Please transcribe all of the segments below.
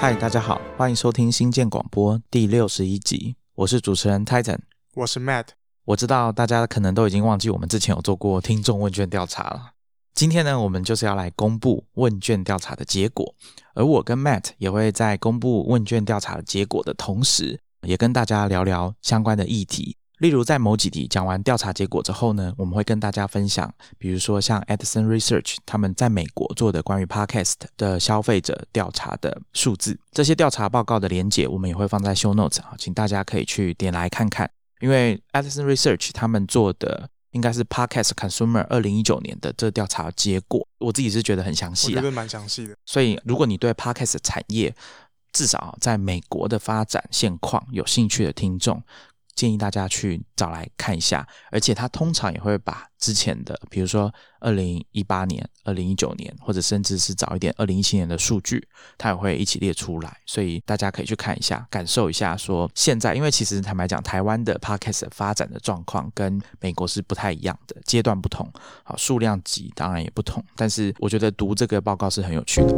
嗨，大家好，欢迎收听新建广播第61集，我是主持人 Titan， 我是 Matt。 我知道大家可能都已经忘记我们之前有做过听众问卷调查了。今天呢，我们就是要来公布问卷调查的结果，而我跟 Matt 也会在公布问卷调查的结果的同时，也跟大家聊聊相关的议题。例如在某几题讲完调查结果之后呢，我们会跟大家分享，比如说像 Edison Research 他们在美国做的关于 Podcast 的消费者调查的数字，这些调查报告的连结我们也会放在 Show Notes， 请大家可以去点来看看。因为 Edison Research 他们做的应该是 Podcast Consumer 2019年的这调查结果，我自己是觉得很详细， 我觉得蛮详细的。 所以如果你对 Podcast 产业至少在美国的发展现况有兴趣的听众，建议大家去找来看一下。而且他通常也会把之前的比如说2018年、2019年，或者甚至是早一点2017年的数据，他也会一起列出来，所以大家可以去看一下，感受一下说现在，因为其实坦白讲，台湾的 Podcast 发展的状况跟美国是不太一样的，阶段不同，数量级当然也不同，但是我觉得读这个报告是很有趣的。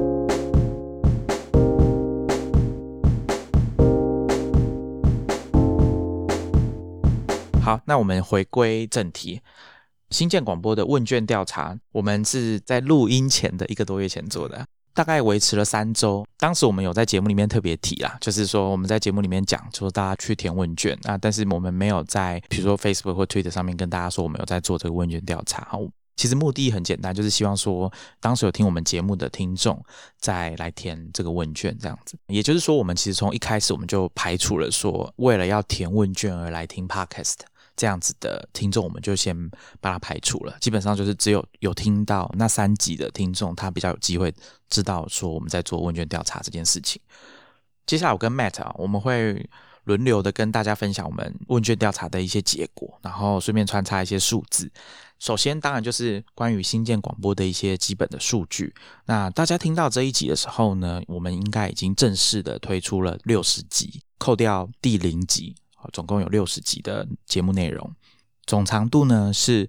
好，那我们回归正题。新建广播的问卷调查，我们是在录音前的1个多月前做的，大概维持了3周。当时我们有在节目里面特别提啦，就是说我们在节目里面讲说大家去填问卷啊，但是我们没有在比如说 Facebook 或 Twitter 上面跟大家说我们有在做这个问卷调查。其实目的很简单，就是希望说当时有听我们节目的听众再来填这个问卷这样子。也就是说我们其实从一开始我们就排除了说为了要填问卷而来听 Podcast这样子的听众，我们就先把它排除了。基本上就是只有听到那3集的听众，他比较有机会知道说我们在做问卷调查这件事情。接下来我跟 Matt 我们会轮流的跟大家分享我们问卷调查的一些结果，然后顺便穿插一些数字。首先当然就是关于新建广播的一些基本的数据。那大家听到这一集的时候呢，我们应该已经正式的推出了60集，扣掉第0集，总共有60集的节目内容，总长度呢是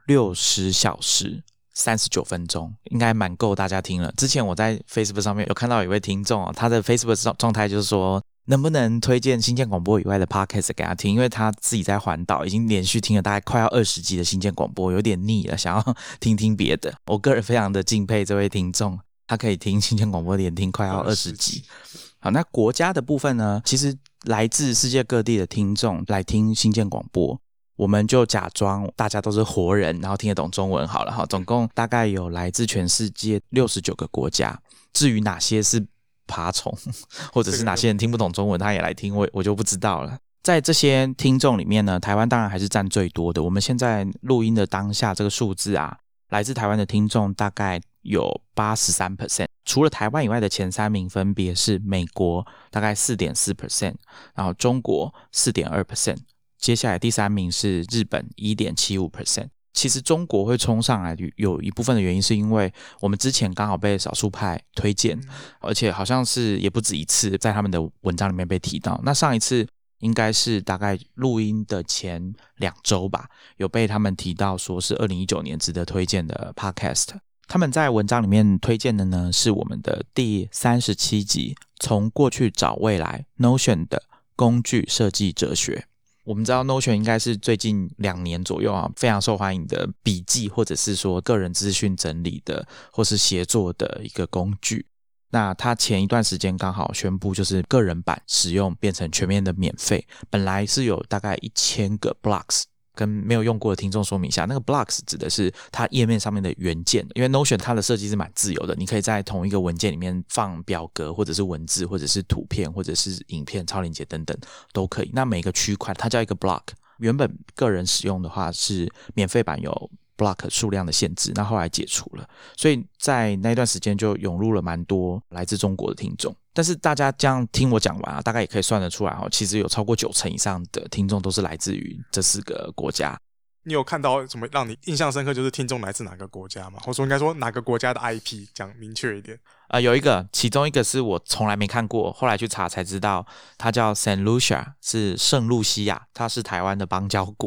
60小时39分钟，应该蛮够大家听了。之前我在 Facebook 上面有看到一位听众，他的 Facebook 状态就是说能不能推荐新建广播以外的 Podcast 给他听，因为他自己在环岛已经连续听了大概快要20集的新建广播，有点腻了，想要听听别的。我个人非常的敬佩这位听众，他可以听新建广播连听快要20集。好，那国家的部分呢，其实来自世界各地的听众来听新建广播，我们就假装大家都是活人，然后听得懂中文好了。总共大概有来自全世界69个国家，至于哪些是爬虫或者是哪些人听不懂中文他也来听，我就不知道了。在这些听众里面呢，台湾当然还是占最多的。我们现在录音的当下这个数字啊，来自台湾的听众大概有 83%， 除了台湾以外的前3名分别是美国大概 4.4%， 然后中国 4.2%， 接下来第3名是日本 1.75%。其实中国会冲上来有一部分的原因是因为我们之前刚好被少数派推荐，而且好像是也不止一次在他们的文章里面被提到。那上一次应该是大概录音的前2周吧，有被他们提到说是2019年值得推荐的 Podcast。 他们在文章里面推荐的呢是我们的第37集，从过去找未来 Notion 的工具设计哲学。我们知道 Notion 应该是最近2年左右非常受欢迎的笔记或者是说个人资讯整理的或是协作的一个工具。那它前一段时间刚好宣布就是个人版使用变成全面的免费，本来是有大概1000个 blocks，跟没有用过的听众说明一下，那个 blocks 指的是它页面上面的元件，因为 Notion 它的设计是蛮自由的，你可以在同一个文件里面放表格或者是文字或者是图片或者是影片超链接等等都可以。那每个区块它叫一个 block， 原本个人使用的话是免费版有 block 数量的限制，那后来解除了，所以在那段时间就涌入了蛮多来自中国的听众。但是大家这样听我讲完大概也可以算得出来其实有超过90%以上的听众都是来自于这4个国家。 你有看到什么让你印象深刻就是听众来自哪个国家吗？或者说应该说哪个国家的 IP， 讲明确一点。 有其中一个是我从来没看过，后来去查才知道，它叫 Saint Lucia， 是圣露西亚，它是台湾的邦交国。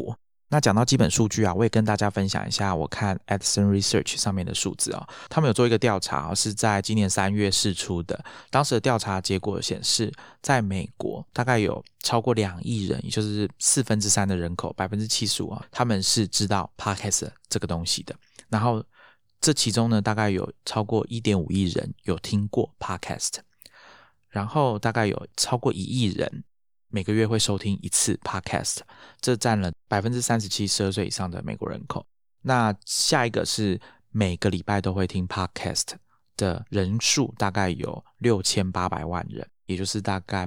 那讲到基本数据啊，我也跟大家分享一下我看 Edison Research 上面的数字啊，他们有做一个调查，是在今年3月释出的。当时的调查结果显示，在美国大概有超过2亿人，也就是3/4的人口，75%啊，他们是知道 Podcast 这个东西的。然后这其中呢，大概有超过 1.5 亿人有听过 Podcast， 然后大概有超过1亿人每个月会收听一次 Podcast， 这占了 37%12 岁以上的美国人口。那下一个是每个礼拜都会听 Podcast 的人数大概有6800万人，也就是大概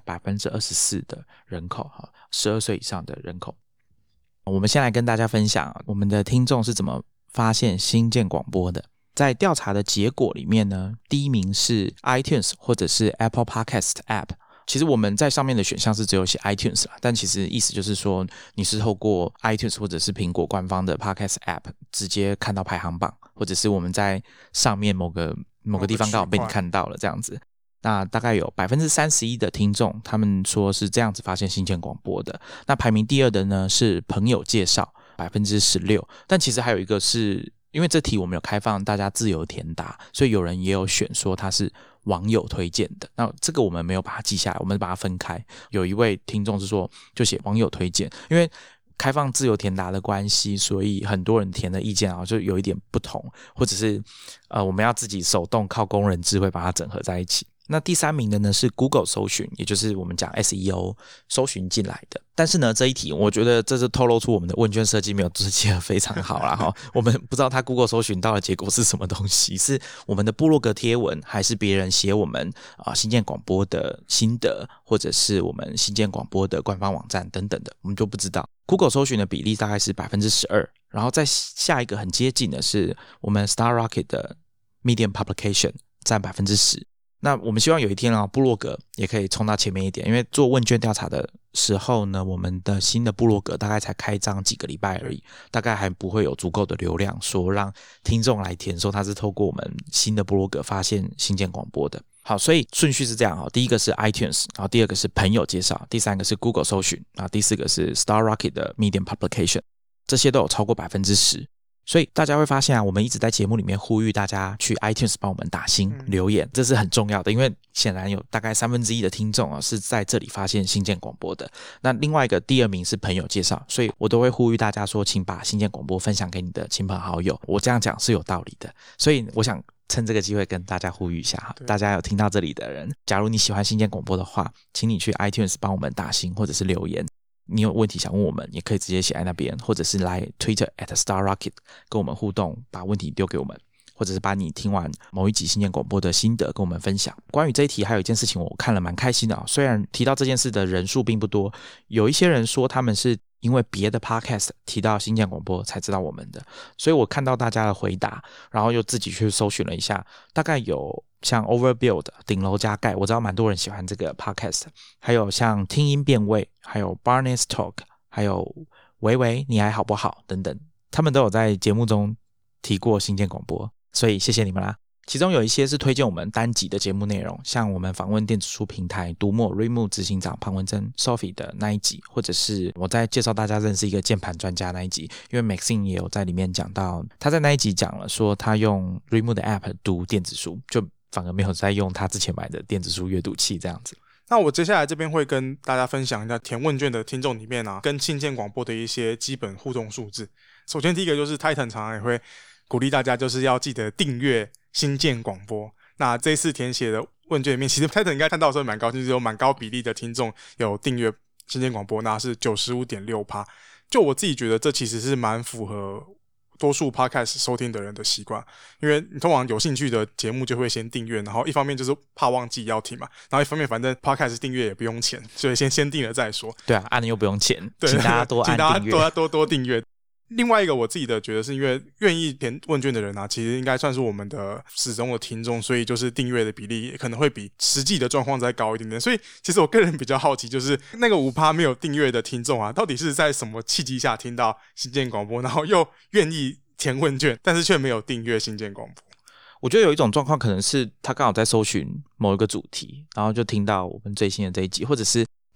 24% 的人口，12岁以上的人口。我们先来跟大家分享我们的听众是怎么发现新建广播的。在调查的结果里面呢，第一名是 iTunes 或者是 Apple Podcast App。其实我们在上面的选项是只有写 iTunes 啦，但其实意思就是说你是透过 iTunes 或者是苹果官方的 Podcast App 直接看到排行榜，或者是我们在上面某个地方刚好被你看到了这样子。那大概有 31% 的听众他们说是这样子发现新建广播的。那排名第2的呢是朋友介绍 16%， 但其实还有一个是因为这题我们有开放大家自由填答，所以有人也有选说他是网友推荐的。那这个我们没有把它记下来，我们把它分开。有一位听众是说就写网友推荐，因为开放自由填答的关系，所以很多人填的意见就有一点不同，或者是我们要自己手动靠工人智慧把它整合在一起。那第3名的呢是 Google 搜寻，也就是我们讲 SEO 搜寻进来的。但是呢这一题我觉得这是透露出我们的问卷设计没有设计得非常好啦我们不知道他 Google 搜寻到的结果是什么东西，是我们的部落格贴文，还是别人写我们新建广播的心得，或者是我们新建广播的官方网站等等的，我们就不知道。Google 搜寻的比例大概是 12%， 然后再下一个很接近的是我们 Star Rocket 的 Medium Publication 占 10%。那我们希望有一天部落格也可以冲到前面一点，因为做问卷调查的时候呢，我们的新的部落格大概才开张几个礼拜而已，大概还不会有足够的流量说让听众来填说他是透过我们新的部落格发现新建广播的。好，所以顺序是这样，第一个是 iTunes， 然后第2个是朋友介绍，第3个是 Google 搜寻，然后第4个是 Star Rocket 的 Medium Publication， 这些都有超过 10%。所以大家会发现我们一直在节目里面呼吁大家去 iTunes 帮我们打星留言，这是很重要的，因为显然有大概1/3的听众是在这里发现新建广播的。那另外一个第2名是朋友介绍，所以我都会呼吁大家说，请把新建广播分享给你的亲朋好友。我这样讲是有道理的，所以我想趁这个机会跟大家呼吁一下，大家有听到这里的人，假如你喜欢新建广播的话，请你去 iTunes 帮我们打星或者是留言。你有问题想问我们，也可以直接写在那边，或者是来 Twitter @StarRocket 跟我们互动，把问题丢给我们，或者是把你听完某一集新建广播的心得跟我们分享。关于这一题还有一件事情我看了蛮开心的虽然提到这件事的人数并不多，有一些人说他们是因为别的 podcast 提到新建广播才知道我们的，所以我看到大家的回答，然后又自己去搜寻了一下，大概有像 Overbuild 顶楼加盖，我知道蛮多人喜欢这个 podcast， 还有像听音辨位，还有 Barnes Talk， 还有喂喂你还好不好等等，他们都有在节目中提过新建广播，所以谢谢你们啦。其中有一些是推荐我们单集的节目内容，像我们访问电子书平台读墨 Readmoo 执行长庞文珍 Sophie 的那一集，或者是我在介绍大家认识一个键盘专家那一集，因为 Maxine 也有在里面讲到，他在那一集讲了说他用 Readmoo 的 App 读电子书，就反而没有在用他之前买的电子书阅读器这样子。 那我接下来这边会跟大家分享一下填问卷的听众里面跟新建广播的一些基本互动数字。首先第一个就是 Titan 常常也会鼓励大家就是要记得订阅新建广播。那这次填写的问卷里面，其实 Titan 应该看到的时候蛮高兴，就是有蛮高比例的听众有订阅新建广播，那是 95.6%。就我自己觉得这其实是蛮符合多数 podcast 收听的人的习惯，因为你通常有兴趣的节目就会先订阅，然后一方面就是怕忘记要听嘛，然后一方面反正 podcast 订阅也不用钱，所以先订了再说。 对啊，按了又不用钱， 对， 请大家多按订阅， 请大家多订阅。另外一个我自己的觉得是因为愿意填问卷的人其实应该算是我们的始终的听众，所以就是订阅的比例可能会比实际的状况再高一点点。所以其实我个人比较好奇，就是那个 5% 没有订阅的听众到底是在什么契机下听到新建广播，然后又愿意填问卷，但是却没有订阅新建广播。 我觉得有一种状况可能是他刚好在搜寻某一个主题，然后就听到我们最新的这一集，或者是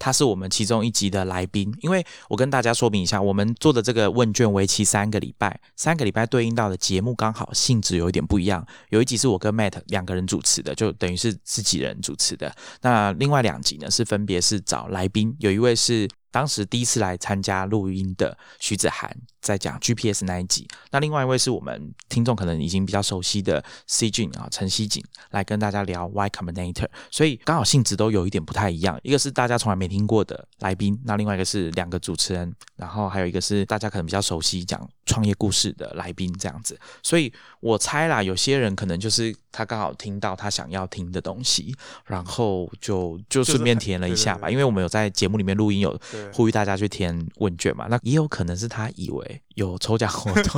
他是我们其中一集的来宾。因为我跟大家说明一下，我们做的这个问卷为期3个礼拜，3个礼拜对应到的节目刚好性质有一点不一样。有一集是我跟 Matt 2个人主持的，就等于是自己人主持的。那另外2集呢，是分别是找来宾，有一位是当时第一次来参加录音的徐子涵，在讲 GPS 那一集。那另外一位是我们听众可能已经比较熟悉的 C 俊陈希锦，来跟大家聊 Y Combinator。所以刚好性质都有一点不太一样，一个是大家从来没听过的来宾，那另外一个是2个主持人，然后还有一个是大家可能比较熟悉讲创业故事的来宾这样子。所以我猜啦，有些人可能就是他刚好听到他想要听的东西，然后就顺便填了一下吧。因为我们有在节目里面录音，有呼吁大家去填问卷嘛，那也有可能是他以为有抽奖活动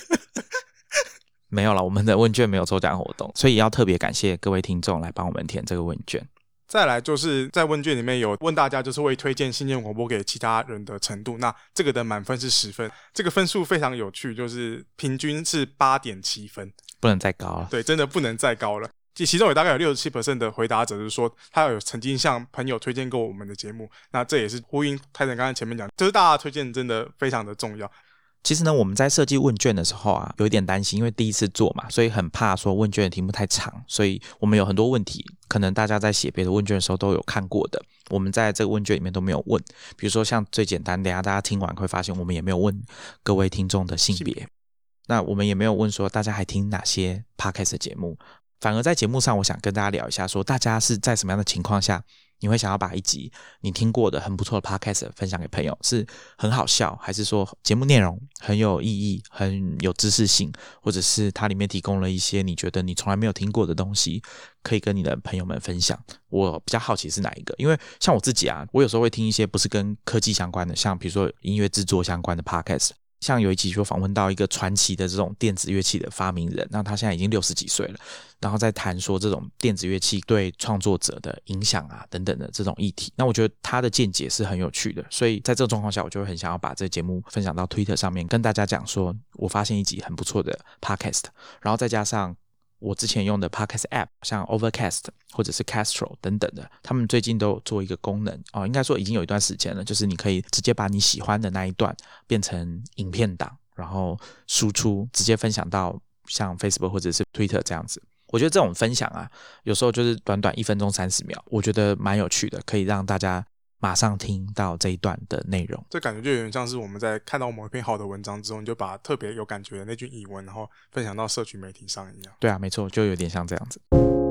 没有啦，我们的问卷没有抽奖活动，所以要特别感谢各位听众来帮我们填这个问卷。 再来就是在问卷里面有问大家就是会推荐新建广播给其他人的程度，那这个的满分是10分，这个分数非常有趣，就是平均是 8.7 分， 不能再高了。 对，真的不能再高了。其中有大概有 67% 的回答者就是说他有曾经向朋友推荐过我们的节目，那这也是呼应泰森刚才前面讲，就是大家的推荐真的非常的重要。 其实呢，我们在设计问卷的时候啊，有一点担心，因为第一次做嘛，所以很怕说问卷的题目太长，所以我们有很多问题，可能大家在写别的问卷的时候都有看过的，我们在这个问卷里面都没有问。比如说像最简单，等一下大家听完会发现，我们也没有问各位听众的性别，那我们也没有问说大家还听哪些 podcast 的节目，反而在节目上，我想跟大家聊一下，说大家是在什么样的情况下，你会想要把一集你听过的很不错的 podcast 分享给朋友，是很好笑，还是说节目内容很有意义，很有知识性，或者是它里面提供了一些你觉得你从来没有听过的东西，可以跟你的朋友们分享。我比较好奇是哪一个，因为像我自己啊，我有时候会听一些不是跟科技相关的，像比如说音乐制作相关的 podcast。像有一集就访问到一个传奇的这种电子乐器的发明人，那他现在已经60几岁了，然后在谈说这种电子乐器对创作者的影响啊等等的这种议题。那我觉得他的见解是很有趣的，所以在这个状况下，我就会很想要把这个节目分享到 Twitter 上面，跟大家讲说我发现一集很不错的 podcast， 然后再加上我之前用的 podcast app， 像 Overcast 或者是 Castro 等等的，他们最近都有做一个功能应该说已经有一段时间了，就是你可以直接把你喜欢的那一段变成影片档，然后输出直接分享到像 Facebook 或者是 Twitter 这样子。我觉得这种分享啊，有时候就是短短1分钟30秒，我觉得蛮有趣的，可以让大家马上听到这一段的内容。 这感觉就有点像是我们在看到某一篇好的文章之后，你就把特别有感觉的那句译文然后分享到社群媒体上一样。 对啊，没错，就有点像这样子。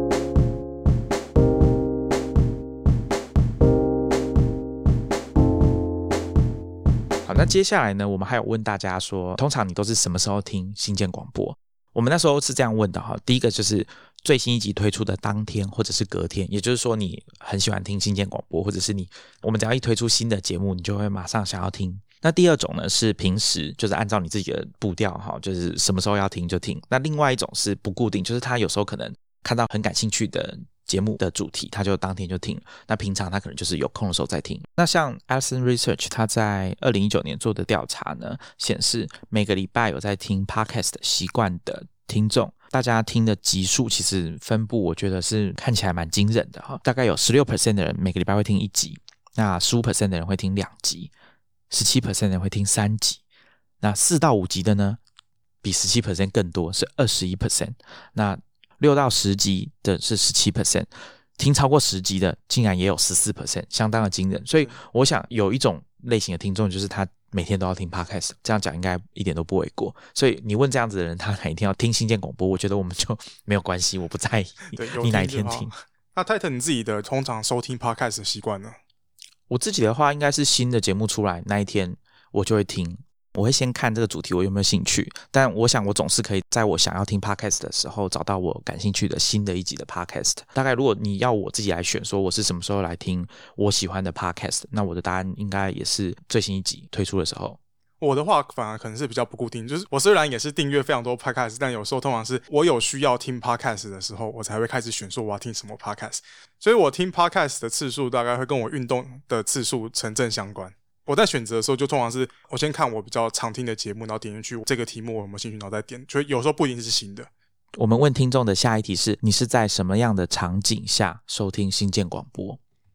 好，那接下来呢，我们还有问大家说，通常你都是什么时候听新建广播？我们那时候是这样问的哈，第一个就是最新一集推出的当天或者是隔天，也就是说你很喜欢听新建广播，或者是我们只要一推出新的节目，你就会马上想要听。那第二种呢是平时就是按照你自己的步调哈，就是什么时候要听就听。那另外一种是不固定，就是他有时候可能看到很感兴趣的节目的主题，他就当天就听，那平常他可能就是有空的时候再听。那像 Allison Research 他在2019年做的调查呢，显示每个礼拜有在听 podcast 习惯的听众，大家听的集数其实分布我觉得是看起来蛮惊人的，大概有 16% 的人每个礼拜会听1集，那 15% 的人会听2集， 17% 的人会听3集，那4到5集的呢比 17% 更多，是 21%， 那6到10集的是 17%， 听超过10集的竟然也有 14%， 相当的惊人。所以我想有一种类型的听众就是他每天都要听 podcast， 这样讲应该一点都不为过。所以你问这样子的人他哪一天要听新建广播，我觉得我们就没有关系，我不在意你哪一天听。 那 Titan 你自己的通常收听 podcast 的习惯呢？ 我自己的话应该是新的节目出来那一天我就会听，我会先看这个主题我有没有兴趣，但我想我总是可以在我想要听 podcast 的时候找到我感兴趣的新的一集的 podcast。 大概如果你要我自己来选说我是什么时候来听我喜欢的 podcast， 那我的答案应该也是最新一集推出的时候。 我的话反而可能是比较不固定，就是我虽然也是订阅非常多 podcast， 但有时候通常是我有需要听 podcast 的时候我才会开始选说我要听什么 podcast， 所以我听 podcast 的次数大概会跟我运动的次数成正相关。我在选择的时候就通常是我先看我比较常听的节目，然后点进去这个题目我有没有兴趣，然后再点，所以有时候不一定是新的。 我们问听众的下一题是，你是在什么样的场景下收听新建广播？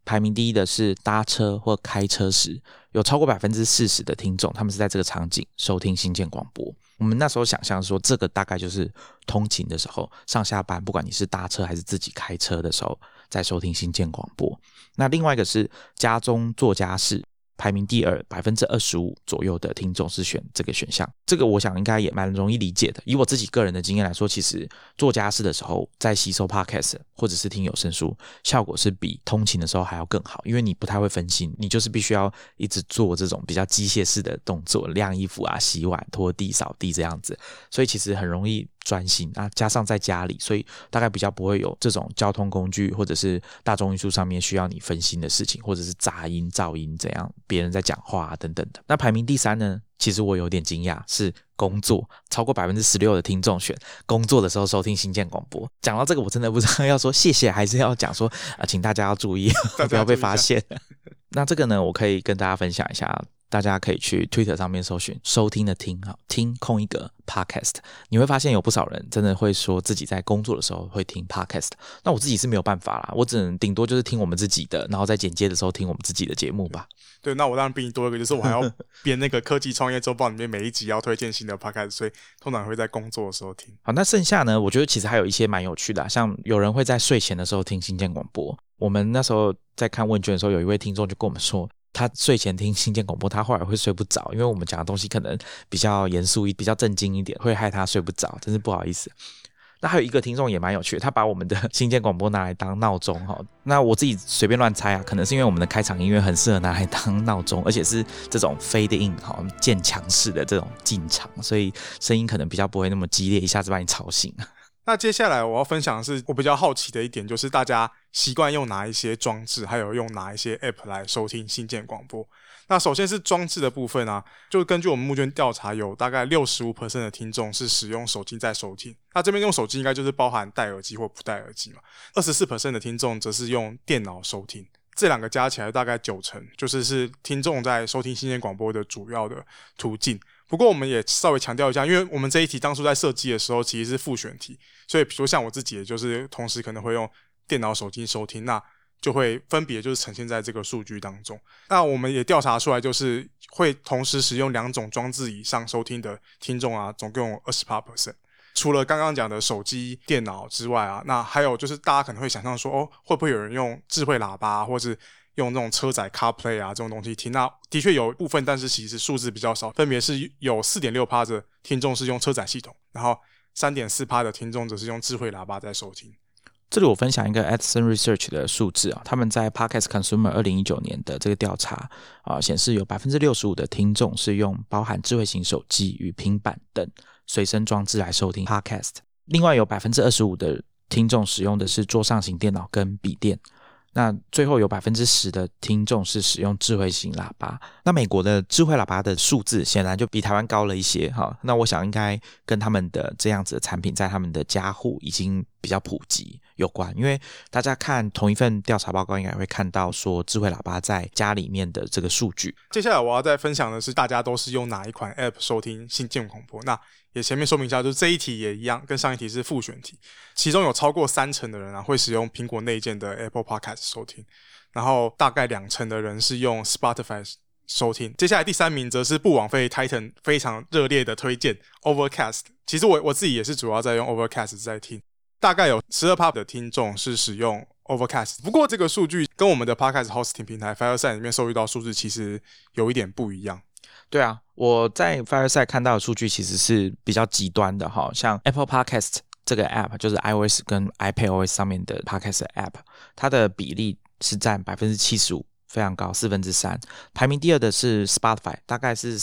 排名第一的是搭车或开车时，有超过 40% 的听众他们是在这个场景收听新建广播。我们那时候想象说这个大概就是通勤的时候，上下班不管你是搭车还是自己开车的时候在收听新建广播。那另外一个是家中做家事，排名第二 25% 左右的听众是选这个选项。这个我想应该也蛮容易理解的，以我自己个人的经验来说，其实做家事的时候在吸收 podcast 或者是听有声书，效果是比通勤的时候还要更好，因为你不太会分心，你就是必须要一直做这种比较机械式的动作，晾衣服啊、洗碗、拖地、扫地这样子，所以其实很容易专心啊，加上在家里，所以大概比较不会有这种交通工具或者是大众运输上面需要你分心的事情，或者是杂音、噪音怎样，别人在讲话啊等等的。那排名第三呢，其实我有点惊讶，是工作，超过 16% 的听众选工作的时候收听新建广播。讲到这个我真的不知道要说谢谢还是要讲说请大家要注意不要被发现。那这个呢，我可以跟大家分享一下，大家可以去 Twitter 上面搜寻收听的听，听空一格 podcast， 你会发现有不少人真的会说自己在工作的时候会听 podcast。 那我自己是没有办法啦，我只能顶多就是听我们自己的，然后在剪接的时候听我们自己的节目吧。 对，那我当然比你多一个，就是我还要编那个科技创业周报里面每一集要推荐新的 podcast， 所以通常会在工作的时候听。 好，那剩下呢，我觉得其实还有一些蛮有趣的像有人会在睡前的时候听新建广播。我们那时候在看问卷的时候，有一位听众就跟我们说，他睡前听新建广播，他后来会睡不着，因为我们讲的东西可能比较严肃、比较震惊一点，会害他睡不着，真是不好意思。那还有一个听众也蛮有趣的，他把我们的新建广播拿来当闹钟。那我自己随便乱猜啊，可能是因为我们的开场音乐很适合拿来当闹钟，而且是这种 fade in 渐强式的这种进场，所以声音可能比较不会那么激烈，一下子把你吵醒。 那接下来我要分享的是我比较好奇的一点，就是大家习惯用哪一些装置，还有用哪一些 app 来收听新建广播。那首先是装置的部分啊，就根据我们募卷调查，有大概 65% 的听众是使用手机在收听。那这边用手机应该就是包含戴耳机或不戴耳机嘛。24% 的听众则是用电脑收听。这两个加起来大概90%，就是听众在收听新建广播的主要的途径。不过我们也稍微强调一下，因为我们这一题当初在设计的时候其实是复选题，所以比如像我自己也就是同时可能会用电脑手机收听，那就会分别就是呈现在这个数据当中。那我们也调查出来，就是会同时使用2种装置以上收听的听众啊，总共有 28%。除了刚刚讲的手机、电脑之外啊，那还有就是大家可能会想象说，会不会有人用智慧喇叭或是用那种车载 CarPlay 啊这种东西听？那的确有部分，但是其实数字比较少，分别是有 4.6% 的听众是用车载系统，然后 3.4% 的听众则是用智慧喇叭在收听。 这里我分享一个 Edison Research 的数字啊，他们在 Podcast Consumer 2019年的这个调查显示有 65% 的听众是用包含智慧型手机与平板等随身装置来收听 Podcast， 另外有 25% 的听众使用的是桌上型电脑跟笔电，那最后有 10% 的听众是使用智慧型喇叭。那美国的智慧喇叭的数字显然就比台湾高了一些那我想应该跟他们的这样子的产品在他们的家户已经比较普及有关，因为大家看同一份调查报告应该会看到说智慧喇叭在家里面的这个数据。 接下来我要再分享的是大家都是用哪一款 App 收听新建广播。那也前面说明一下，就是这一题也一样，跟上一题是复选题，其中有超过30%的人会使用苹果内建的 Apple Podcast 收听，然后大概20%的人是用 Spotify 收听。接下来第3名则是不枉费 Titan 非常热烈的推荐 Overcast， 其实我自己也是主要在用 Overcast 在听，大概有 12% 的听众是使用 Overcast。 不过这个数据跟我们的 Podcast Hosting 平台 Fireside 里面收集到数字其实有一点不一样。 对啊，我在 Fireside 看到的数据其实是比较极端的像 Apple Podcast 这个 App 就是 iOS 跟 iPadOS 上面的 Podcast App， 它的比例是占 75%， 非常高，3/4。排名第二的是 Spotify， 大概是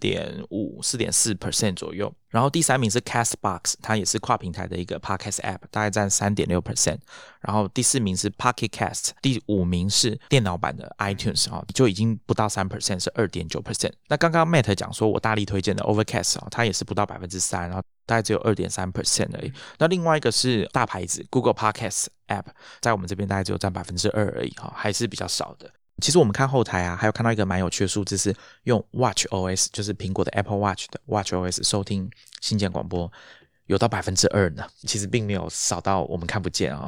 4.5-4.4% 左右。然后第3名是 Castbox， 它也是跨平台的一个 Podcast App， 大概占 3.6%。然后第4名是 Pocket Cast， 第5名是电脑版的 iTunes， 就已经不到 3%， 是 2.9%。那刚刚 Matt 讲说我大力推荐的 Overcast， 它也是不到 3%， 然后大概只有 2.3% 而已。那另外一个是大牌子 Google Podcast App， 在我们这边大概只有占 2% 而已，还是比较少的。其实我们看后台还有看到一个蛮有趣的数字，是用 WatchOS， 就是苹果的 Apple Watch 的 WatchOS 收听新建广播有到 2% 呢，其实并没有少到我们看不见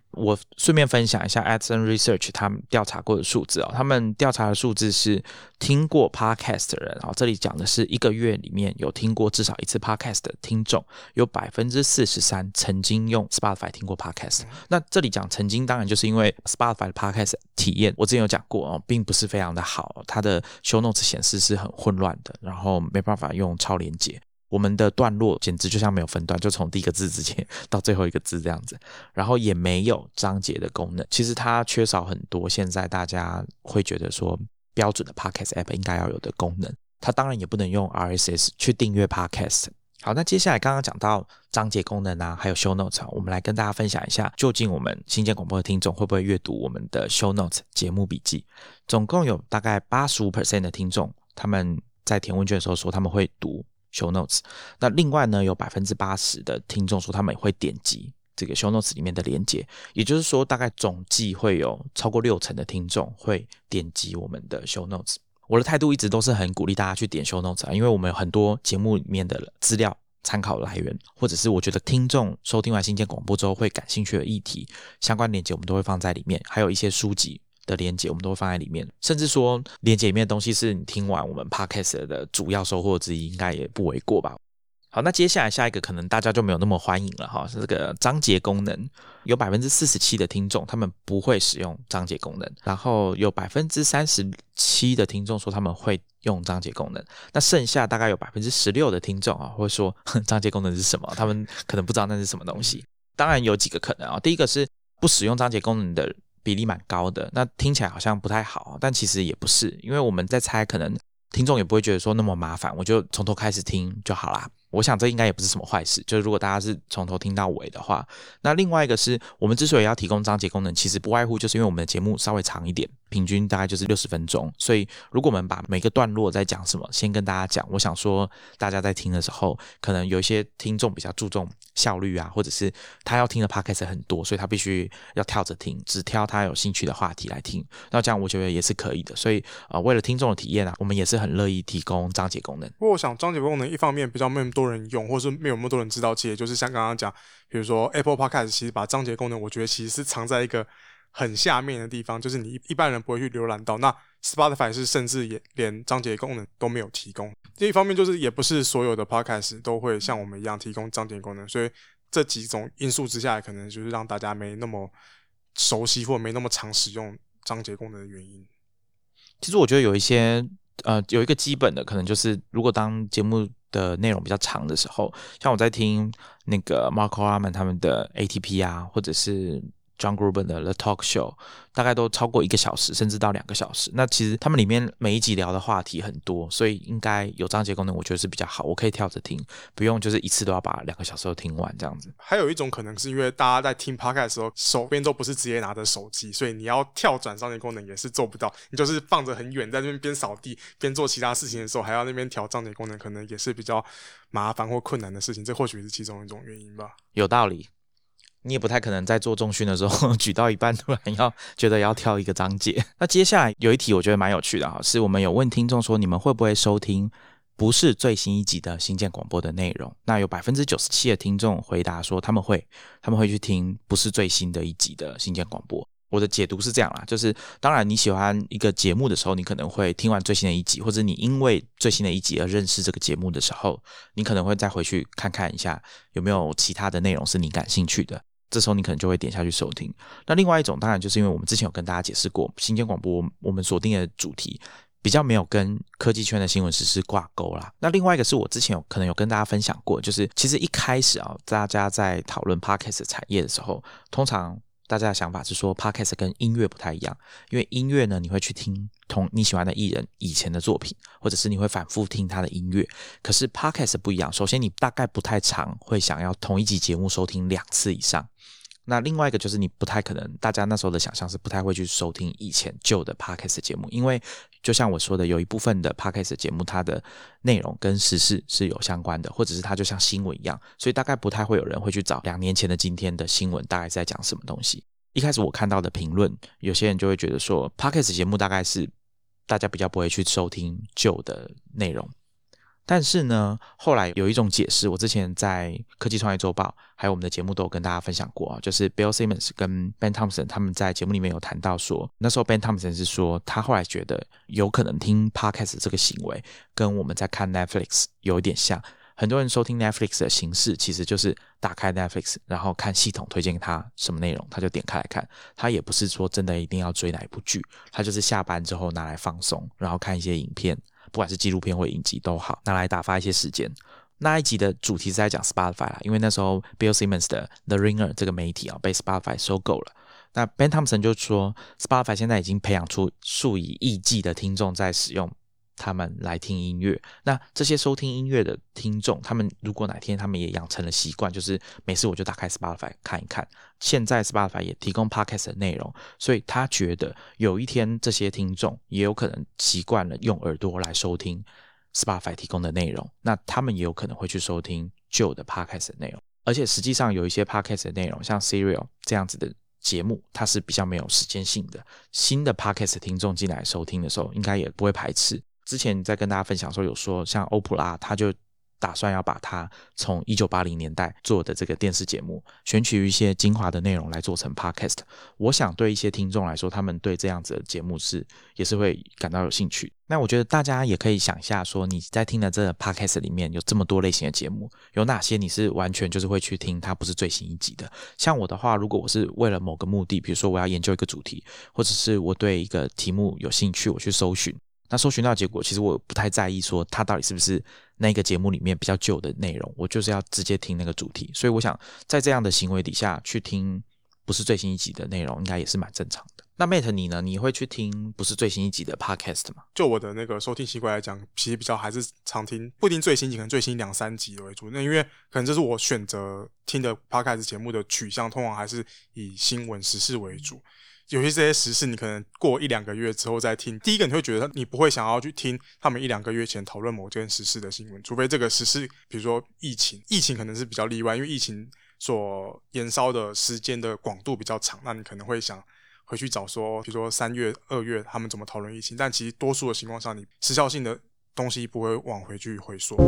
我顺便分享一下 Edison Research 他们调查过的数字他们调查的数字是听过 podcast 的人这里讲的是一个月里面有听过至少一次 podcast 的听众，有 43% 曾经用 Spotify 听过 podcast。那这里讲曾经，当然就是因为 Spotify 的 podcast 体验，我之前有讲过并不是非常的好，它的 show notes 显示是很混乱的，然后没办法用超连结。我们的段落简直就像没有分段，就从第一个字直接到最后一个字这样子，然后也没有章节的功能，其实它缺少很多现在大家会觉得说标准的 podcast app 应该要有的功能。它当然也不能用 RSS 去订阅 podcast。 好，那接下来刚刚讲到章节功能还有 show notes， 我们来跟大家分享一下，究竟我们新建广播的听众会不会阅读我们的 show notes 节目笔记。总共有大概 85% 的听众他们在填问卷的时候说他们会读show notes， 那另外呢有 80% 的听众说他们也会点击这个 show notes 里面的连结，也就是说大概总计会有超过60%的听众会点击我们的 show notes。 我的态度一直都是很鼓励大家去点 show notes， 因为我们有很多节目里面的资料参考来源，或者是我觉得听众收听完新建广播之后会感兴趣的议题，相关连结我们都会放在里面，还有一些书籍的连结我们都会放在里面，甚至说连结里面的东西是你听完我们 podcast 的主要收获之一，应该也不为过吧。好，那接下来下一个可能大家就没有那么欢迎了是这个章节功能。有 47% 的听众他们不会使用章节功能，然后有 37% 的听众说他们会用章节功能，那剩下大概有 16% 的听众会说章节功能是什么，他们可能不知道那是什么东西。当然有几个可能第一个是不使用章节功能的比例蛮高的，那听起来好像不太好，但其实也不是，因为我们在猜可能听众也不会觉得说那么麻烦，我就从头开始听就好啦。我想这应该也不是什么坏事，就是如果大家是从头听到尾的话。那另外一个是我们之所以要提供章节功能，其实不外乎就是因为我们的节目稍微长一点，平均大概就是60分钟，所以如果我们把每个段落在讲什么先跟大家讲，我想说大家在听的时候可能有一些听众比较注重效率或者是他要听的 podcast 很多，所以他必须要跳着听，只挑他有兴趣的话题来听，那这样我觉得也是可以的。所以为了听众的体验我们也是很乐意提供章节功能。 不过我想章节功能一方面比较没有那么多人用，或是没有那么多人知道，其实就是像刚刚讲，比如说 Apple Podcast 其实把章节功能我觉得其实是藏在一个很下面的地方，就是你一般人不会去浏览到。那 Spotify 是甚至也连章节功能都没有提供。这一方面就是也不是所有的 Podcast 都会像我们一样提供章节功能，所以这几种因素之下可能就是让大家没那么熟悉或没那么常使用章节功能的原因。 其实我觉得有一些有一个基本的可能就是如果当节目的内容比较长的时候，像我在听那个 Marco Arman 他们的 ATP 或者是John Gruber 的 The Talk Show 大概都超过1个小时甚至到2个小时，那其实他们里面每一集聊的话题很多，所以应该有章节功能我觉得是比较好，我可以跳着听，不用就是一次都要把2个小时都听完这样子。 还有一种可能是因为大家在听 podcast 的时候手边都不是直接拿着手机，所以你要跳转章节功能也是做不到，你就是放着很远在那边边扫地边做其他事情的时候还要那边调章节功能，可能也是比较麻烦或困难的事情，这或许是其中一种原因吧。 有道理，你也不太可能在做重训的时候举到一半突然觉得要跳一个章节。那接下来有一题我觉得蛮有趣的是我们有问听众说你们会不会收听不是最新一集的新建广播的内容，那有 97% 的听众回答说他们会去听不是最新的一集的新建广播。我的解读是这样啦，就是当然你喜欢一个节目的时候，你可能会听完最新的一集，或者你因为最新的一集而认识这个节目的时候，你可能会再回去看看一下有没有其他的内容是你感兴趣的，这时候你可能就会点下去收听。那另外一种当然就是因为我们之前有跟大家解释过，新建广播我们锁定的主题比较没有跟科技圈的新闻时事挂钩啦。那另外一个是我之前可能有跟大家分享过，就是其实一开始大家在讨论 Podcast 产业的时候，通常大家的想法是说 Podcast 跟音乐不太一样，因为音乐呢你会去听你喜欢的艺人以前的作品，或者是你会反复听他的音乐，可是 Podcast 不一样，首先你大概不太常会想要同一集节目收听2次以上，那另外一个就是你不太可能，大家那时候的想象是不太会去收听以前旧的 Podcast 节目，因为就像我说的，有一部分的 Podcast 节目它的内容跟时事是有相关的，或者是它就像新闻一样，所以大概不太会有人会去找2年前的今天的新闻大概是在讲什么东西。一开始我看到的评论，有些人就会觉得说 Podcast 节目大概是大家比较不会去收听旧的内容， 但是呢，后来有一种解释，我之前在科技创业周报还有我们的节目都有跟大家分享过，就是 Bill Simmons 跟 Ben Thompson 他们在节目里面有谈到说，那时候 Ben Thompson 是说他后来觉得有可能听 Podcast 这个行为跟我们在看 Netflix 有一点像。很多人收听 Netflix 的形式其实就是打开 Netflix 然后看系统推荐他什么内容他就点开来看，他也不是说真的一定要追哪一部剧，他就是下班之后拿来放松，然后看一些影片，不管是纪录片或影集都好，拿来打发一些时间。那一集的主题是在讲 Spotify 啦，因为那时候 Bill Simmons 的 The Ringer 这个媒体被 Spotify 收购了。那 Ben Thompson 就说 Spotify 现在已经培养出数以亿计的听众在使用他们来听音乐，那这些收听音乐的听众，他们如果哪天他们也养成了习惯，就是没事我就打开 Spotify 看一看，现在 Spotify 也提供 Podcast 的内容，所以他觉得有一天这些听众也有可能习惯了用耳朵来收听 Spotify 提供的内容，那他们也有可能会去收听旧的 Podcast 的内容。而且实际上有一些 Podcast 的内容，像 Serial 这样子的节目，它是比较没有时间性的，新的 Podcast 听众进来收听的时候应该也不会排斥。之前在跟大家分享的时候有说，像欧普拉他就打算要把他从1980年代做的这个电视节目选取一些精华的内容来做成 podcast， 我想对一些听众来说，他们对这样子的节目也是会感到有兴趣。那我觉得大家也可以想一下说，你在听的这个 podcast 里面有这么多类型的节目，有哪些你是完全就是会去听它不是最新一集的。像我的话，如果我是为了某个目的，比如说我要研究一个主题，或者是我对一个题目有兴趣，我去搜寻，那搜寻到结果，其实我不太在意说它到底是不是那个节目里面比较旧的内容，我就是要直接听那个主题。所以我想在这样的行为底下去听不是最新一集的内容，应该也是蛮正常的。那 Mate 你呢？你会去听不是最新一集的 podcast 吗？ 就我的那个收听习惯来讲，其实比较还是常听，不一定最新集，可能最新2-3集为主。那因为可能这是我选择听的 podcast 节目的取向，通常还是以新闻时事为主。有些这些时事你可能过1-2个月之后再听，第一个你会觉得你不会想要去听他们1-2个月前讨论某件时事的新闻，除非这个时事比如说疫情可能是比较例外，因为疫情所延烧的时间的广度比较长，那你可能会想回去找说比如说3月2月他们怎么讨论疫情，但其实多数的情况上你时效性的东西不会往回去回溯。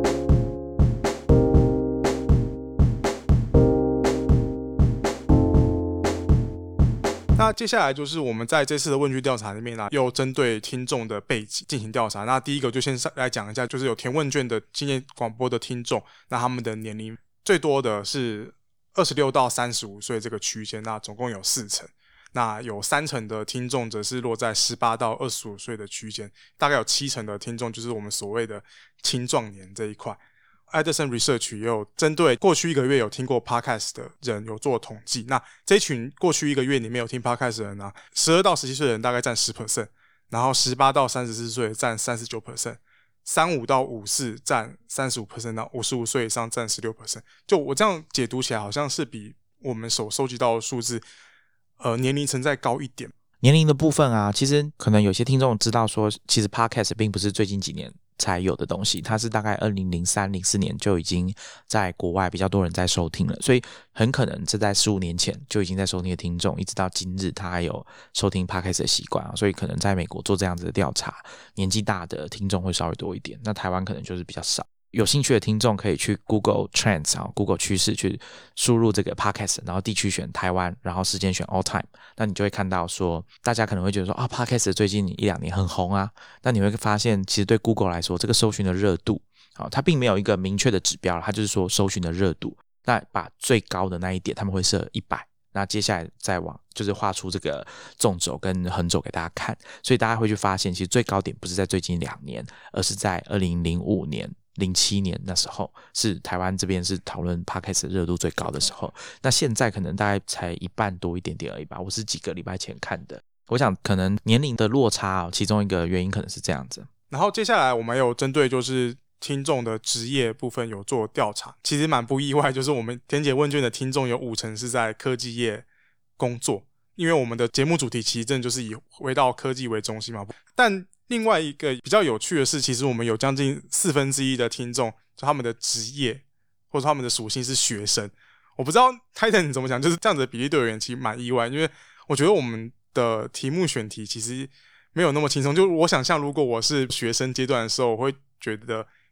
那接下来就是我们在这次的问卷调查里面又针对听众的背景进行调查。那第一个就先来讲一下，就是有填问卷的青年广播的听众，那他们的年龄最多的是26到35岁这个区间，那总共有4成。那有3成的听众则是落在18到25岁的区间，大概有7成的听众就是我们所谓的青壮年这一块。Edison Research 也有针对过去1个月有听过 Podcast 的人有做统计，那这群过去1个月里面有听 Podcast 的人12到17岁的人大概占 10%， 然后18到34岁占 39%， 35到54占 35%， 然后55岁以上占 16%。 就我这样解读起来好像是比我们所收集到的数字年龄层再高一点。 年龄的部分其实可能有些听众知道说，其实 Podcast 并不是最近几年才有的东西，它是大概2003、04年就已经在国外比较多人在收听了，所以很可能这在15年前就已经在收听的听众，一直到今日他还有收听 Podcast 的习惯所以可能在美国做这样子的调查，年纪大的听众会稍微多一点，那台湾可能就是比较少。有兴趣的听众可以去 Google Trends Google 趋势去输入这个 Podcast， 然后地区选台湾，然后时间选 All Time， 那你就会看到说大家可能会觉得说Podcast 最近1-2年很红但你会发现其实对 Google 来说，这个搜寻的热度它并没有一个明确的指标，它就是说搜寻的热度，那把最高的那一点他们会设100，那接下来再往就是画出这个纵轴跟横轴给大家看，所以大家会去发现其实最高点不是在最近2年，而是在2005年07年那时候，是台湾这边是讨论 Podcast 热度最高的时候。那现在可能大概才1半多一点点而已吧，我是几个礼拜前看的。我想可能年龄的落差其中一个原因可能是这样子。 然后接下来我们有针对就是听众的职业部分有做调查，其实蛮不意外，就是我们填写问卷的听众有5成是在科技业工作，因为我们的节目主题其实真的就是以围绕科技为中心嘛。但另外一个比较有趣的是，其实我们有将近1/4的听众，就他们的职业或者他们的属性是学生。我不知道 Titan 你怎么讲，就是这样子的比例对我而言其实蛮意外，因为我觉得我们的题目选题其实没有那么轻松。就我想象如果我是学生阶段的时候，我会觉得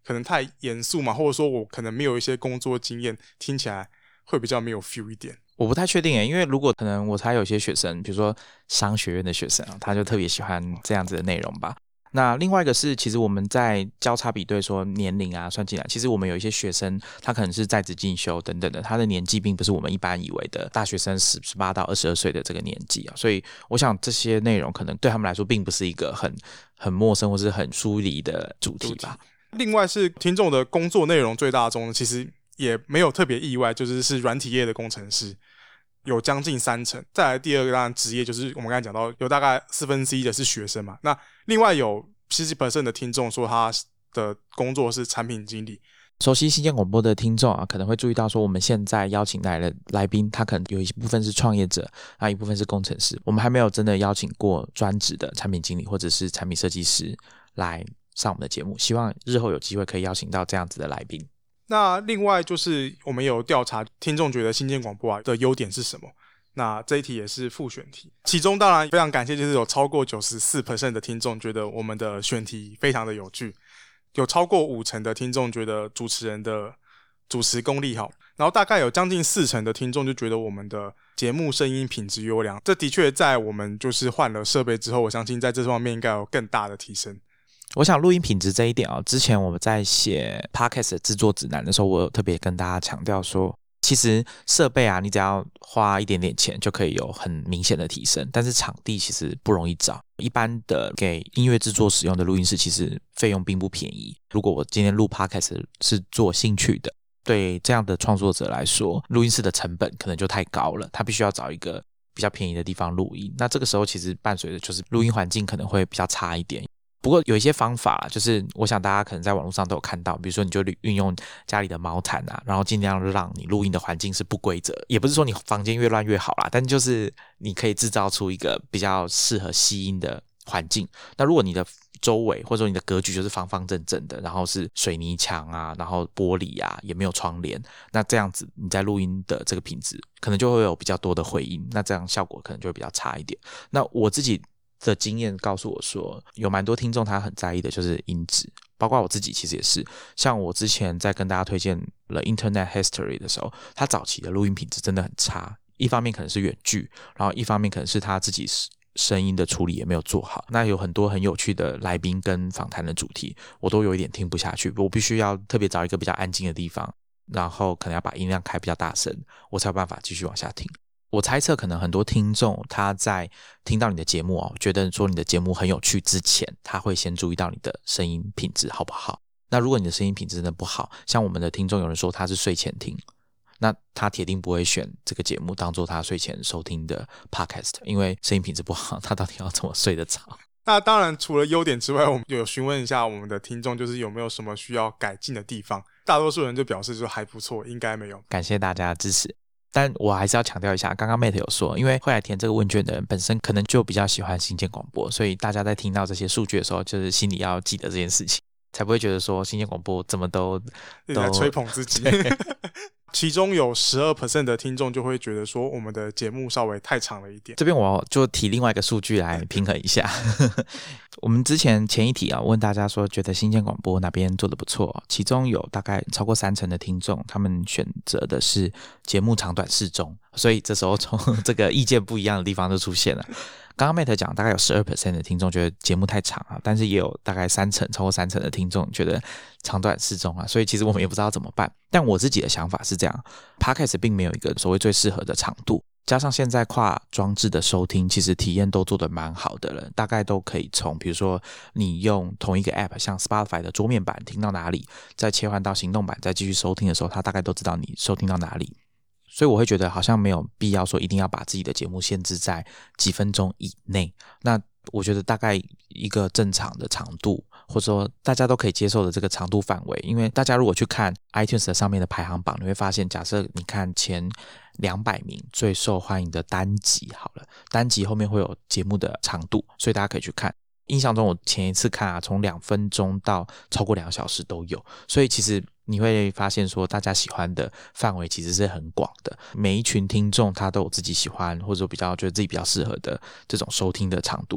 可能太严肃嘛，或者说我可能没有一些工作经验，听起来会比较没有 feel 一点。 我不太确定耶，因为如果可能我猜有些学生，比如说商学院的学生他就特别喜欢这样子的内容吧。那另外一个是，其实我们在交叉比对说年龄啊算进来，其实我们有一些学生他可能是在职进修等等的，他的年纪并不是我们一般以为的大学生18到22岁的这个年纪所以我想这些内容可能对他们来说并不是一个很陌生或是很疏离的主题吧。 另外是听众的工作内容最大宗，其实也没有特别意外，是软体业的工程师，有将近30%。再来第二个当然职业就是我们刚才讲到有大概1/4的是学生嘛，那另外有70% 的听众说他的工作是产品经理。 熟悉新建广播的听众可能会注意到说我们现在邀请来的来宾他可能有一部分是创业者一部分是工程师，我们还没有真的邀请过专职的产品经理或者是产品设计师来上我们的节目，希望日后有机会可以邀请到这样子的来宾。 那另外就是我们有调查听众觉得新建广播的优点是什么，那这一题也是复选题，其中当然非常感谢就是有超过 94% 的听众觉得我们的选题非常的有趣，有超过50%的听众觉得主持人的主持功力好，然后大概有将近40%的听众就觉得我们的节目声音品质优良，这的确在我们就是换了设备之后，我相信在这方面应该有更大的提升。 我想录音品质这一点之前我们在写 Podcast 的制作指南的时候，我有特别跟大家强调说，其实设备你只要花一点点钱就可以有很明显的提升，但是场地其实不容易找，一般的给音乐制作使用的录音室其实费用并不便宜。如果我今天录 Podcast 是做兴趣的，对这样的创作者来说，录音室的成本可能就太高了，他必须要找一个比较便宜的地方录音，那这个时候其实伴随的就是录音环境可能会比较差一点。不过有一些方法就是我想大家可能在网络上都有看到，比如说你就运用家里的毛毯然后尽量让你录音的环境是不规则，也不是说你房间越乱越好啦，但就是你可以制造出一个比较适合吸音的环境。那如果你的周围或者说你的格局就是方方正正的，然后是水泥墙然后玻璃也没有窗帘，那这样子你在录音的这个品质可能就会有比较多的回音，那这样效果可能就会比较差一点。那我自己的经验告诉我说，有蛮多听众他很在意的就是音质，包括我自己其实也是。像我之前在跟大家推荐了 Internet History 的时候，他早期的录音品质真的很差，一方面可能是远距，然后一方面可能是他自己声音的处理也没有做好。那有很多很有趣的来宾跟访谈的主题我都有一点听不下去，我必须要特别找一个比较安静的地方，然后可能要把音量开比较大声，我才有办法继续往下听。我猜测可能很多听众他在听到你的节目觉得说你的节目很有趣之前，他会先注意到你的声音品质好不好。那如果你的声音品质真的不好，像我们的听众有人说他是睡前听，那他铁定不会选这个节目当做他睡前收听的 podcast， 因为声音品质不好，他到底要怎么睡得着？ 那当然除了优点之外，我们有询问一下我们的听众，就是有没有什么需要改进的地方，大多数人就表示说还不错，应该没有。 感谢大家的支持。但我还是要强调一下，刚刚 Matt 有说，因为会来填这个问卷的人本身可能就比较喜欢新建广播，所以大家在听到这些数据的时候，就是心里要记得这件事情，才不会觉得说新建广播怎么都在吹捧自己。其中有 12% 的听众就会觉得说我们的节目稍微太长了一点。 这边我就提另外一个数据来平衡一下。我们前一题问大家说觉得新建广播哪边做得不错，其中有大概超过30%的听众他们选择的是节目长短适中，所以这时候从这个意见不一样的地方就出现了。刚刚 Matt 讲大概有 12% 的听众觉得节目太长但是也有大概超过3成的听众觉得长短适中所以其实我们也不知道怎么办。但我自己的想法是这样， Podcast 并没有一个所谓最适合的长度，加上现在跨装置的收听其实体验都做得蛮好的了，大概都可以从比如说你用同一个 App 像 Spotify 的桌面版听到哪里，再切换到行动版再继续收听的时候，它大概都知道你收听到哪里。所以我会觉得好像没有必要说一定要把自己的节目限制在几分钟以内，那我觉得大概一个正常的长度，或者说大家都可以接受的这个长度范围。因为大家如果去看 iTunes 的上面的排行榜，你会发现假设你看前200名最受欢迎的单集好了，单集后面会有节目的长度，所以大家可以去看。印象中我前一次看从2分钟到超过2小时都有，所以其实你会发现说大家喜欢的范围其实是很广的，每一群听众他都有自己喜欢或者说比较觉得自己比较适合的这种收听的长度。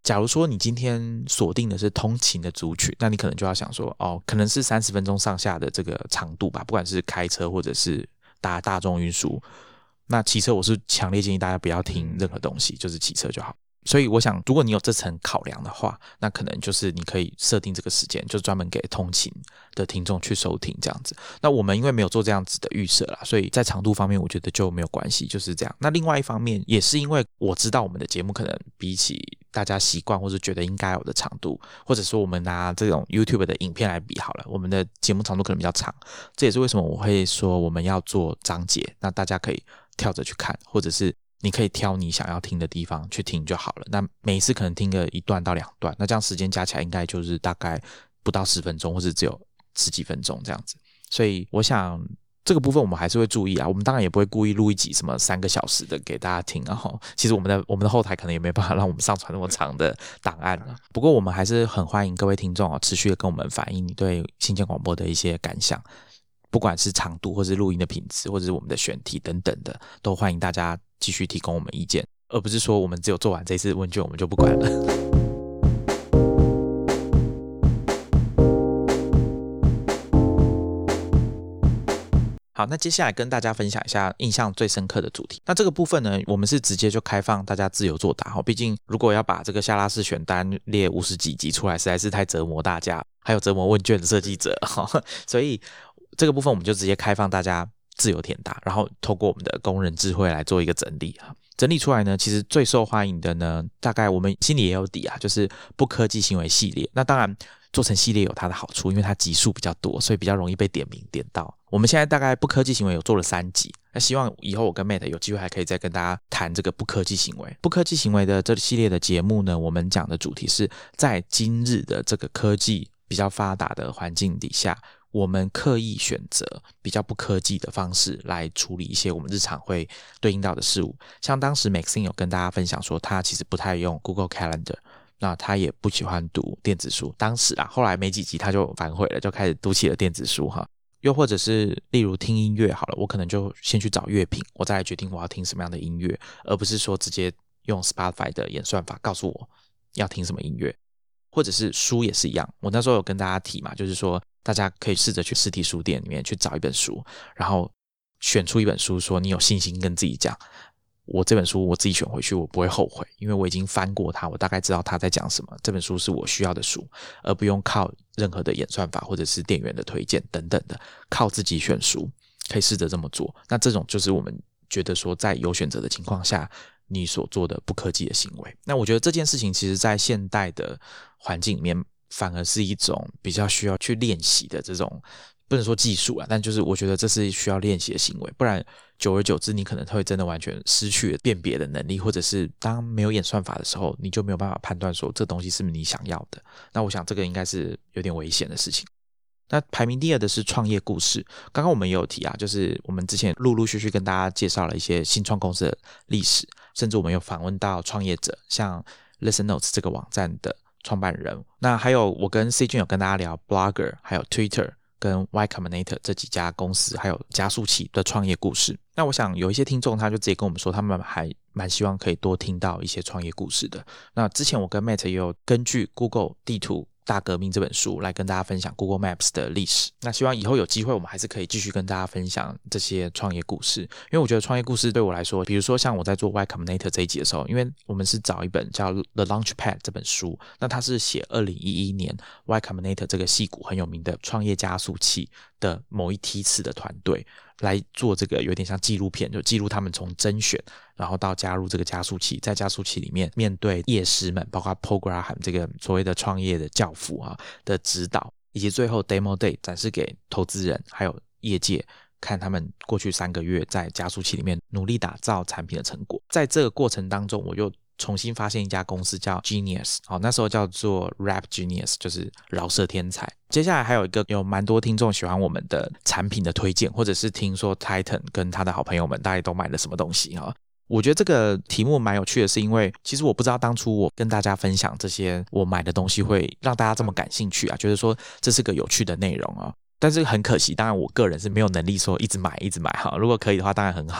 假如说你今天锁定的是通勤的族群，那你可能就要想说，可能是30分钟上下的这个长度吧，不管是开车或者是搭大众运输。那骑车我是强烈建议大家不要听任何东西，就是骑车就好。所以我想如果你有这层考量的话，那可能就是你可以设定这个时间，就专门给通勤的听众去收听这样子。那我们因为没有做这样子的预设啦，所以在长度方面我觉得就没有关系，就是这样。那另外一方面也是因为我知道我们的节目可能比起大家习惯或者觉得应该有的长度，或者说我们拿这种 YouTube 的影片来比好了，我们的节目长度可能比较长，这也是为什么我会说我们要做章节，那大家可以跳着去看，或者是你可以挑你想要听的地方去听就好了。那每一次可能听个1段到2段，那这样时间加起来应该就是大概不到10分钟，或者只有10几分钟这样子。所以我想这个部分我们还是会注意啊，我们当然也不会故意录一集什么3个小时的给大家听啊。其实我们的后台可能也没办法让我们上传那么长的档案啊。不过我们还是很欢迎各位听众持续的跟我们反映你对新建广播的一些感想，不管是长度或是录音的品质或者是我们的选题等等的，都欢迎大家继续提供我们意见，而不是说我们只有做完这次问卷我们就不管了。好，那接下来跟大家分享一下印象最深刻的主题。那这个部分呢，我们是直接就开放大家自由作答，毕竟如果要把这个下拉式选单列50几集出来，实在是太折磨大家，还有折磨问卷的设计者，所以这个部分我们就直接开放大家自由填答，然后透过我们的工人智慧来做一个整理。整理出来呢，其实最受欢迎的呢，大概我们心里也有底啊，就是不科技行为系列。那当然做成系列有它的好处，因为它集数比较多，所以比较容易被点名点到。我们现在大概不科技行为有做了3集，那希望以后我跟 Matt 有机会还可以再跟大家谈这个不科技行为。不科技行为的这系列的节目呢，我们讲的主题是在今日的这个科技比较发达的环境底下，我们刻意选择比较不科技的方式来处理一些我们日常会对应到的事物。像当时 Maxine 有跟大家分享说，他其实不太用 Google Calendar， 那他也不喜欢读电子书。当时后来没几集他就反悔了，就开始读起了电子书哈。又或者是例如听音乐好了，我可能就先去找乐评，我再来决定我要听什么样的音乐，而不是说直接用 Spotify 的演算法告诉我要听什么音乐。或者是书也是一样，我那时候有跟大家提嘛，就是说大家可以试着去实体书店里面去找一本书，然后选出一本书，说你有信心跟自己讲，我这本书我自己选回去我不会后悔，因为我已经翻过它，我大概知道它在讲什么，这本书是我需要的书，而不用靠任何的演算法或者是店员的推荐等等的，靠自己选书，可以试着这么做。那这种就是我们觉得说在有选择的情况下你所做的不科技的行为。那我觉得这件事情其实在现代的环境里面反而是一种比较需要去练习的这种，不能说技术啊，但就是我觉得这是需要练习的行为，不然久而久之你可能会真的完全失去了辨别的能力，或者是当没有演算法的时候你就没有办法判断说这东西是不是你想要的。那我想这个应该是有点危险的事情。那排名第2的是创业故事，刚刚我们也有提啊，就是我们之前陆陆续续跟大家介绍了一些新创公司的历史，甚至我们有访问到创业者，像 Listen Notes 这个网站的创办人，那还有我跟 C 君有跟大家聊 Blogger 还有 Twitter 跟 Y Combinator 这几家公司还有加速器的创业故事。那我想有一些听众他就直接跟我们说他们还蛮希望可以多听到一些创业故事的。那之前我跟 Matt 也有根据 Google 地图大革命这本书来跟大家分享 Google Maps 的历史，那希望以后有机会我们还是可以继续跟大家分享这些创业故事。因为我觉得创业故事对我来说，比如说像我在做 Y Combinator 这一集的时候，因为我们是找一本叫 The Launchpad 这本书，那它是写2011年 Y Combinator 这个矽谷很有名的创业加速器的某一梯次的团队来做这个有点像纪录片，就记录他们从甄选然后到加入这个加速器，在加速器里面面对业师们，包括 Paul Graham 这个所谓的创业的教父的指导，以及最后 Demo Day 展示给投资人还有业界看他们过去3个月在加速器里面努力打造产品的成果。在这个过程当中我又重新发现一家公司叫 Genius， 那时候叫做 Rap Genius， 就是饶舌天才。接下来还有一个有蛮多听众喜欢我们的产品的推荐，或者是听说 Titan 跟他的好朋友们大概都买了什么东西。我觉得这个题目蛮有趣的，是因为其实我不知道当初我跟大家分享这些我买的东西会让大家这么感兴趣觉得说这是个有趣的内容但是很可惜，当然我个人是没有能力说一直买如果可以的话当然很好啦。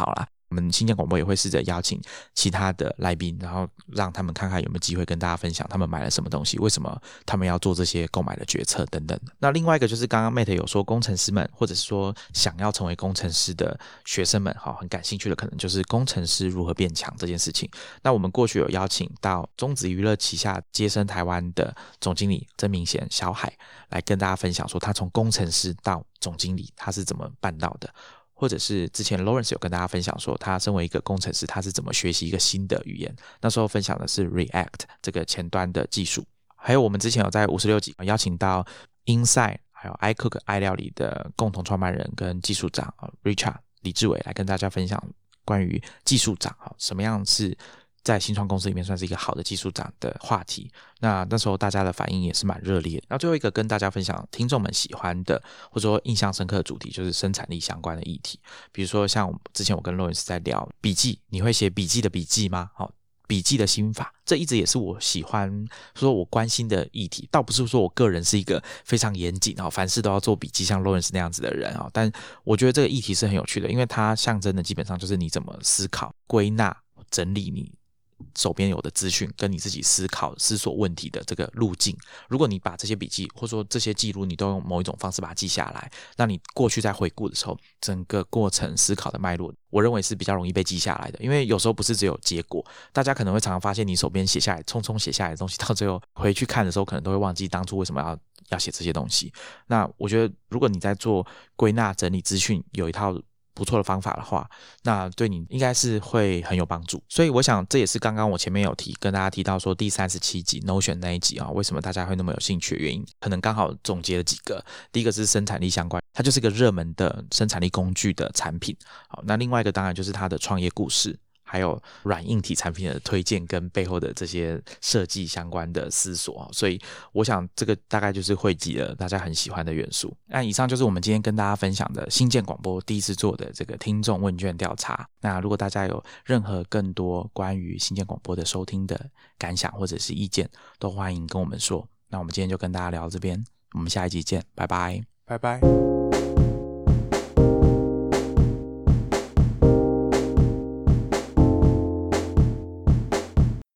我们新建广播也会试着邀请其他的来宾，然后让他们看看有没有机会跟大家分享他们买了什么东西，为什么他们要做这些购买的决策等等。那另外一个就是刚刚 Mate 有说工程师们或者是说想要成为工程师的学生们很感兴趣的可能就是工程师如何变强这件事情。那我们过去有邀请到中子娱乐旗下接生台湾的总经理曾明贤小海来跟大家分享说他从工程师到总经理他是怎么办到的，或者是之前 Lawrence 有跟大家分享说他身为一个工程师他是怎么学习一个新的语言，那时候分享的是 React 这个前端的技术。还有我们之前有在56集邀请到 Inside 还有 iCook 爱料理的共同创办人跟技术长 Richard 李志伟来跟大家分享关于技术长什么样是在新创公司里面算是一个好的技术长的话题。那时候大家的反应也是蛮热烈的。然后最后一个跟大家分享听众们喜欢的或者说印象深刻的主题就是生产力相关的议题，比如说像之前我跟 Lawrence 在聊笔记，你会写笔记的笔记吗？笔记的心法，这一直也是我喜欢说我关心的议题。倒不是说我个人是一个非常严谨凡事都要做笔记像 Lawrence 那样子的人但我觉得这个议题是很有趣的，因为它象征的基本上就是你怎么思考归纳整理你手边有的资讯跟你自己思索问题的这个路径。如果你把这些笔记或者说这些记录你都用某一种方式把它记下来，那你过去在回顾的时候整个过程思考的脉络我认为是比较容易被记下来的。因为有时候不是只有结果，大家可能会常常发现你手边写下来匆匆写下来的东西到最后回去看的时候可能都会忘记当初为什么要写这些东西。那我觉得如果你在做归纳整理资讯有一套不错的方法的话，那对你应该是会很有帮助。所以我想这也是刚刚我前面有跟大家提到说第37集 Notion 那一集为什么大家会那么有兴趣的原因，可能刚好总结了几个。第一个是生产力相关，它就是一个热门的生产力工具的产品。那另外一个当然就是它的创业故事，还有软硬体产品的推荐跟背后的这些设计相关的思索。所以我想这个大概就是汇集了大家很喜欢的元素。那以上就是我们今天跟大家分享的新建广播第一次做的这个听众问卷调查。那如果大家有任何更多关于新建广播的收听的感想或者是意见，都欢迎跟我们说。那我们今天就跟大家聊到这边，我们下一集见，拜拜， 拜拜。